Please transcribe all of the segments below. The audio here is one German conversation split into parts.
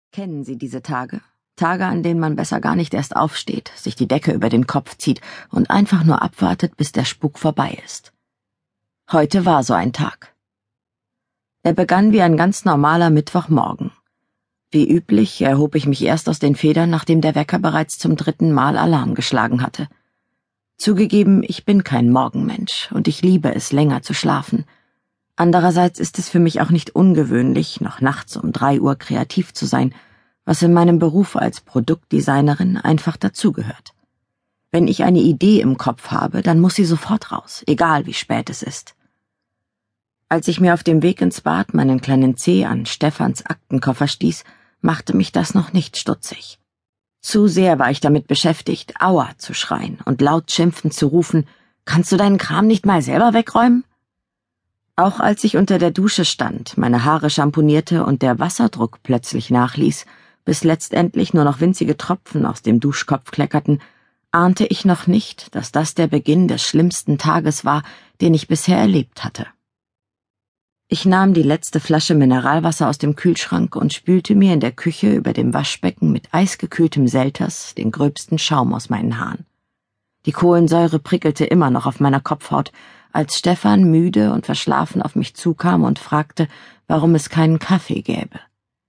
Kennen Sie diese Tage? Tage, an denen man besser gar nicht erst aufsteht, sich die Decke über den Kopf zieht und einfach nur abwartet, bis der Spuk vorbei ist. Heute war so ein Tag. Er begann wie ein ganz normaler Mittwochmorgen. Wie üblich erhob ich mich erst aus den Federn, nachdem der Wecker bereits zum 3. Mal Alarm geschlagen hatte. Zugegeben, ich bin kein Morgenmensch und ich liebe es, länger zu schlafen. Andererseits ist es für mich auch nicht ungewöhnlich, noch nachts um 3 Uhr kreativ zu sein, was in meinem Beruf als Produktdesignerin einfach dazugehört. Wenn ich eine Idee im Kopf habe, dann muss sie sofort raus, egal wie spät es ist. Als ich mir auf dem Weg ins Bad meinen kleinen Zeh an Stefans Aktenkoffer stieß, machte mich das noch nicht stutzig. Zu sehr war ich damit beschäftigt, Aua zu schreien und laut schimpfend zu rufen, »Kannst du deinen Kram nicht mal selber wegräumen?« Auch als ich unter der Dusche stand, meine Haare schamponierte und der Wasserdruck plötzlich nachließ, bis letztendlich nur noch winzige Tropfen aus dem Duschkopf kleckerten, ahnte ich noch nicht, dass das der Beginn des schlimmsten Tages war, den ich bisher erlebt hatte. Ich nahm die letzte Flasche Mineralwasser aus dem Kühlschrank und spülte mir in der Küche über dem Waschbecken mit eisgekühltem Selters den gröbsten Schaum aus meinen Haaren. Die Kohlensäure prickelte immer noch auf meiner Kopfhaut, als Stefan müde und verschlafen auf mich zukam und fragte, warum es keinen Kaffee gäbe.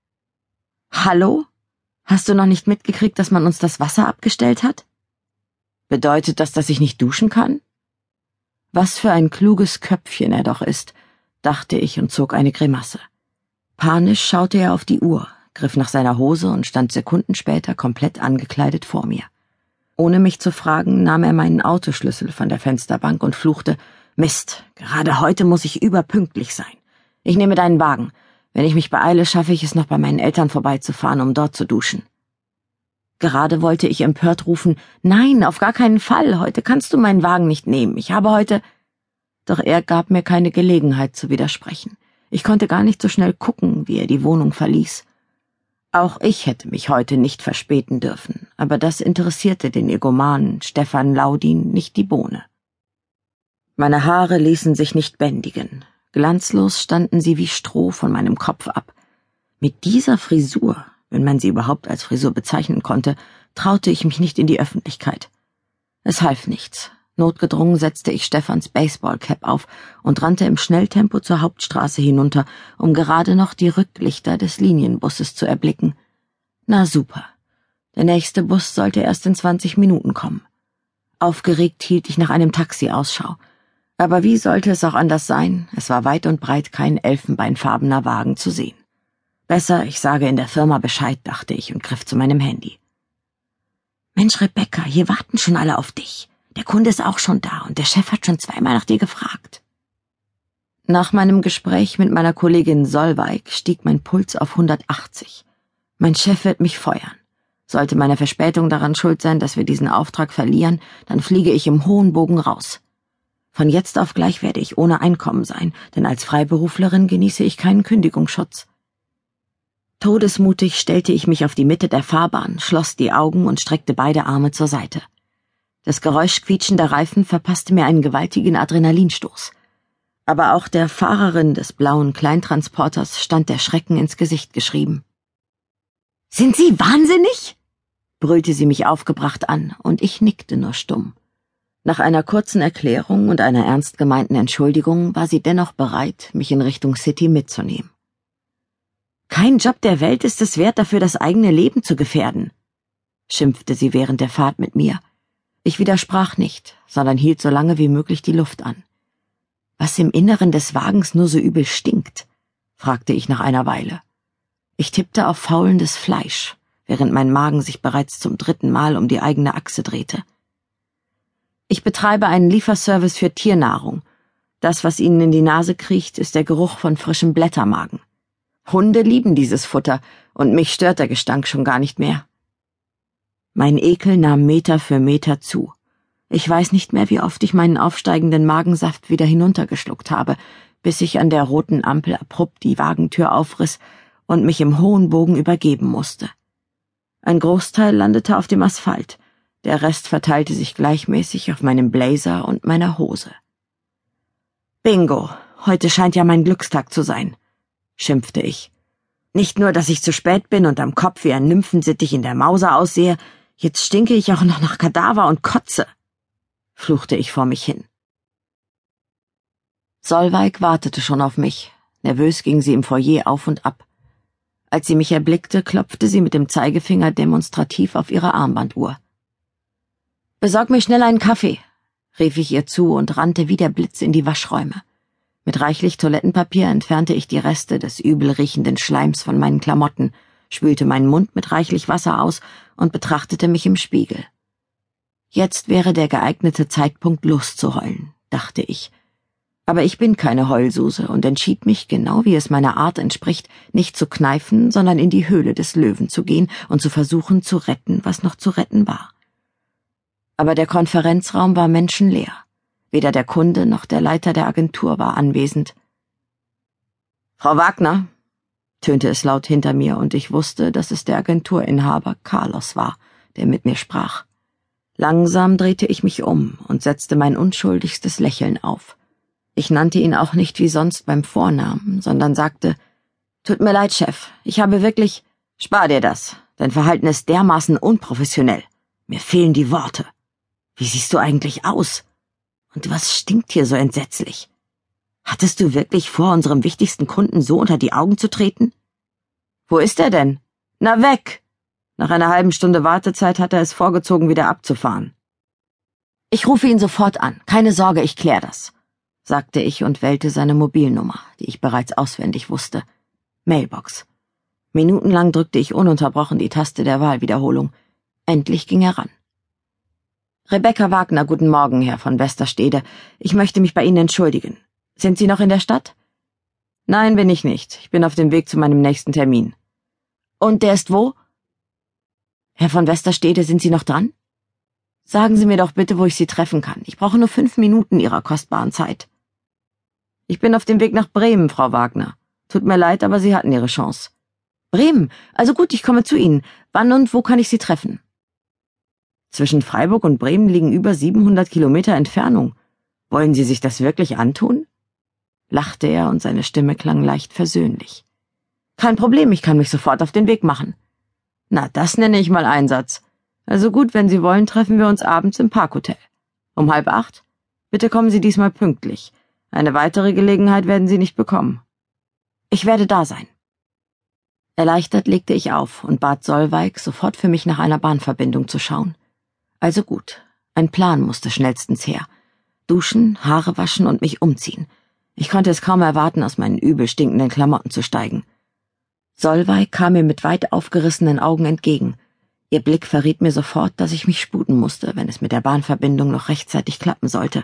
»Hallo? Hast du noch nicht mitgekriegt, dass man uns das Wasser abgestellt hat? Bedeutet das, dass ich nicht duschen kann?« Was für ein kluges Köpfchen er doch ist, dachte ich und zog eine Grimasse. Panisch schaute er auf die Uhr, griff nach seiner Hose und stand Sekunden später komplett angekleidet vor mir. Ohne mich zu fragen, nahm er meinen Autoschlüssel von der Fensterbank und fluchte, »Mist, gerade heute muss ich überpünktlich sein. Ich nehme deinen Wagen. Wenn ich mich beeile, schaffe ich es noch bei meinen Eltern vorbeizufahren, um dort zu duschen.« Gerade wollte ich empört rufen, »Nein, auf gar keinen Fall, heute kannst du meinen Wagen nicht nehmen, ich habe heute...« Doch er gab mir keine Gelegenheit zu widersprechen. Ich konnte gar nicht so schnell gucken, wie er die Wohnung verließ. Auch ich hätte mich heute nicht verspäten dürfen, aber das interessierte den Egomanen Stefan Laudin nicht die Bohne. Meine Haare ließen sich nicht bändigen. Glanzlos standen sie wie Stroh von meinem Kopf ab. Mit dieser Frisur, wenn man sie überhaupt als Frisur bezeichnen konnte, traute ich mich nicht in die Öffentlichkeit. Es half nichts. Notgedrungen setzte ich Stefans Baseballcap auf und rannte im Schnelltempo zur Hauptstraße hinunter, um gerade noch die Rücklichter des Linienbusses zu erblicken. Na super. Der nächste Bus sollte erst in 20 Minuten kommen. Aufgeregt hielt ich nach einem Taxi Ausschau. Aber wie sollte es auch anders sein? Es war weit und breit kein elfenbeinfarbener Wagen zu sehen. Besser, ich sage in der Firma Bescheid, dachte ich und griff zu meinem Handy. »Mensch, Rebecca, hier warten schon alle auf dich. Der Kunde ist auch schon da und der Chef hat schon 2-mal nach dir gefragt.« Nach meinem Gespräch mit meiner Kollegin Solveig stieg mein Puls auf 180. Mein Chef wird mich feuern. Sollte meine Verspätung daran schuld sein, dass wir diesen Auftrag verlieren, dann fliege ich im hohen Bogen raus. Von jetzt auf gleich werde ich ohne Einkommen sein, denn als Freiberuflerin genieße ich keinen Kündigungsschutz. Todesmutig stellte ich mich auf die Mitte der Fahrbahn, schloss die Augen und streckte beide Arme zur Seite. Das Geräusch quietschender Reifen verpasste mir einen gewaltigen Adrenalinstoß. Aber auch der Fahrerin des blauen Kleintransporters stand der Schrecken ins Gesicht geschrieben. »Sind Sie wahnsinnig?« brüllte sie mich aufgebracht an, und ich nickte nur stumm. Nach einer kurzen Erklärung und einer ernst gemeinten Entschuldigung war sie dennoch bereit, mich in Richtung City mitzunehmen. »Kein Job der Welt ist es wert, dafür das eigene Leben zu gefährden«, schimpfte sie während der Fahrt mit mir. Ich widersprach nicht, sondern hielt so lange wie möglich die Luft an. »Was im Inneren des Wagens nur so übel stinkt?« fragte ich nach einer Weile. Ich tippte auf faulendes Fleisch, während mein Magen sich bereits zum 3. Mal um die eigene Achse drehte. »Ich betreibe einen Lieferservice für Tiernahrung. Das, was Ihnen in die Nase kriecht, ist der Geruch von frischem Blättermagen. Hunde lieben dieses Futter, und mich stört der Gestank schon gar nicht mehr.« Mein Ekel nahm Meter für Meter zu. Ich weiß nicht mehr, wie oft ich meinen aufsteigenden Magensaft wieder hinuntergeschluckt habe, bis ich an der roten Ampel abrupt die Wagentür aufriss und mich im hohen Bogen übergeben musste. Ein Großteil landete auf dem Asphalt, der Rest verteilte sich gleichmäßig auf meinem Blazer und meiner Hose. »Bingo, heute scheint ja mein Glückstag zu sein«, schimpfte ich. Nicht nur, dass ich zu spät bin und am Kopf wie ein Nymphensittich in der Mauser aussehe, jetzt stinke ich auch noch nach Kadaver und kotze, fluchte ich vor mich hin. Solveig wartete schon auf mich. Nervös ging sie im Foyer auf und ab. Als sie mich erblickte, klopfte sie mit dem Zeigefinger demonstrativ auf ihre Armbanduhr. »Besorg mir schnell einen Kaffee«, rief ich ihr zu und rannte wie der Blitz in die Waschräume. Mit reichlich Toilettenpapier entfernte ich die Reste des übel riechenden Schleims von meinen Klamotten, spülte meinen Mund mit reichlich Wasser aus und betrachtete mich im Spiegel. Jetzt wäre der geeignete Zeitpunkt, loszuheulen, dachte ich. Aber ich bin keine Heulsuse und entschied mich, genau wie es meiner Art entspricht, nicht zu kneifen, sondern in die Höhle des Löwen zu gehen und zu versuchen zu retten, was noch zu retten war. Aber der Konferenzraum war menschenleer. Weder der Kunde noch der Leiter der Agentur war anwesend. »Frau Wagner«, tönte es laut hinter mir, und ich wusste, dass es der Agenturinhaber Carlos war, der mit mir sprach. Langsam drehte ich mich um und setzte mein unschuldigstes Lächeln auf. Ich nannte ihn auch nicht wie sonst beim Vornamen, sondern sagte, »Tut mir leid, Chef, ich habe wirklich...« »Spar dir das, dein Verhalten ist dermaßen unprofessionell. Mir fehlen die Worte. Wie siehst du eigentlich aus? Und was stinkt hier so entsetzlich? Hattest du wirklich vor, unserem wichtigsten Kunden so unter die Augen zu treten?« »Wo ist er denn?« »Na, weg!« Nach einer halben Stunde Wartezeit hat er es vorgezogen, wieder abzufahren. »Ich rufe ihn sofort an. Keine Sorge, ich klär das«, sagte ich und wählte seine Mobilnummer, die ich bereits auswendig wusste. Mailbox. Minutenlang drückte ich ununterbrochen die Taste der Wahlwiederholung. Endlich ging er ran. »Rebecca Wagner, guten Morgen, Herr von Westerstede. Ich möchte mich bei Ihnen entschuldigen. Sind Sie noch in der Stadt?« »Nein, bin ich nicht. Ich bin auf dem Weg zu meinem nächsten Termin.« »Und der ist wo?« »Herr von Westerstede, sind Sie noch dran? Sagen Sie mir doch bitte, wo ich Sie treffen kann. Ich brauche nur 5 Minuten Ihrer kostbaren Zeit.« »Ich bin auf dem Weg nach Bremen, Frau Wagner. Tut mir leid, aber Sie hatten Ihre Chance.« »Bremen? Also gut, ich komme zu Ihnen. Wann und wo kann ich Sie treffen?« »Zwischen Freiburg und Bremen liegen über 700 Kilometer Entfernung. Wollen Sie sich das wirklich antun?« lachte er und seine Stimme klang leicht versöhnlich. »Kein Problem, ich kann mich sofort auf den Weg machen.« »Na, das nenne ich mal Einsatz. Also gut, wenn Sie wollen, treffen wir uns abends im Parkhotel. Um 7:30? Bitte kommen Sie diesmal pünktlich. Eine weitere Gelegenheit werden Sie nicht bekommen.« »Ich werde da sein.« Erleichtert legte ich auf und bat Solveig, sofort für mich nach einer Bahnverbindung zu schauen. Also gut, ein Plan musste schnellstens her. Duschen, Haare waschen und mich umziehen. Ich konnte es kaum erwarten, aus meinen übel stinkenden Klamotten zu steigen. Solveig kam mir mit weit aufgerissenen Augen entgegen. Ihr Blick verriet mir sofort, dass ich mich sputen musste, wenn es mit der Bahnverbindung noch rechtzeitig klappen sollte.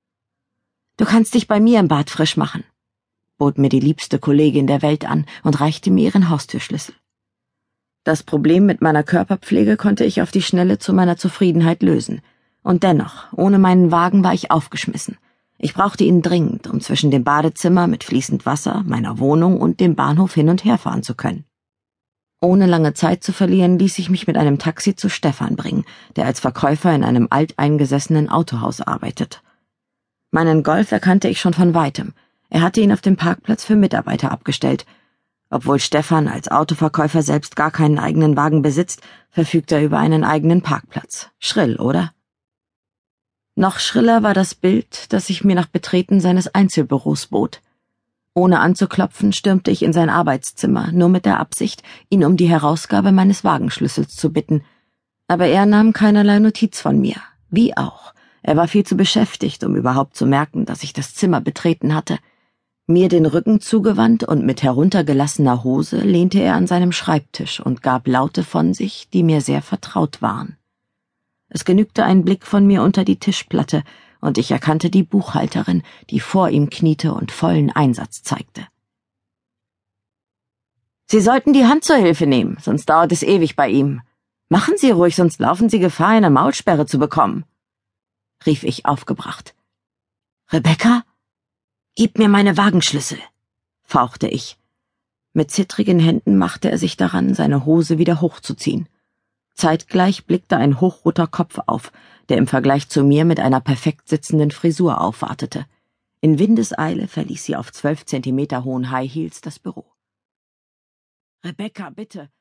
»Du kannst dich bei mir im Bad frisch machen«, bot mir die liebste Kollegin der Welt an und reichte mir ihren Haustürschlüssel. Das Problem mit meiner Körperpflege konnte ich auf die Schnelle zu meiner Zufriedenheit lösen. Und dennoch, ohne meinen Wagen war ich aufgeschmissen. Ich brauchte ihn dringend, um zwischen dem Badezimmer mit fließend Wasser, meiner Wohnung und dem Bahnhof hin und her fahren zu können. Ohne lange Zeit zu verlieren, ließ ich mich mit einem Taxi zu Stefan bringen, der als Verkäufer in einem alteingesessenen Autohaus arbeitet. Meinen Golf erkannte ich schon von weitem. Er hatte ihn auf dem Parkplatz für Mitarbeiter abgestellt. Obwohl Stefan als Autoverkäufer selbst gar keinen eigenen Wagen besitzt, verfügt er über einen eigenen Parkplatz. Schrill, oder? Noch schriller war das Bild, das sich mir nach Betreten seines Einzelbüros bot. Ohne anzuklopfen, stürmte ich in sein Arbeitszimmer, nur mit der Absicht, ihn um die Herausgabe meines Wagenschlüssels zu bitten. Aber er nahm keinerlei Notiz von mir. Wie auch. Er war viel zu beschäftigt, um überhaupt zu merken, dass ich das Zimmer betreten hatte. Mir den Rücken zugewandt und mit heruntergelassener Hose lehnte er an seinem Schreibtisch und gab Laute von sich, die mir sehr vertraut waren. Es genügte ein Blick von mir unter die Tischplatte, und ich erkannte die Buchhalterin, die vor ihm kniete und vollen Einsatz zeigte. »Sie sollten die Hand zur Hilfe nehmen, sonst dauert es ewig bei ihm. Machen Sie ruhig, sonst laufen Sie Gefahr, eine Maulsperre zu bekommen«, rief ich aufgebracht. »Rebecca? Gib mir meine Wagenschlüssel«, fauchte ich. Mit zittrigen Händen machte er sich daran, seine Hose wieder hochzuziehen. Zeitgleich blickte ein hochroter Kopf auf, der im Vergleich zu mir mit einer perfekt sitzenden Frisur aufwartete. In Windeseile verließ sie auf 12 Zentimeter hohen High Heels das Büro. Rebecca, bitte.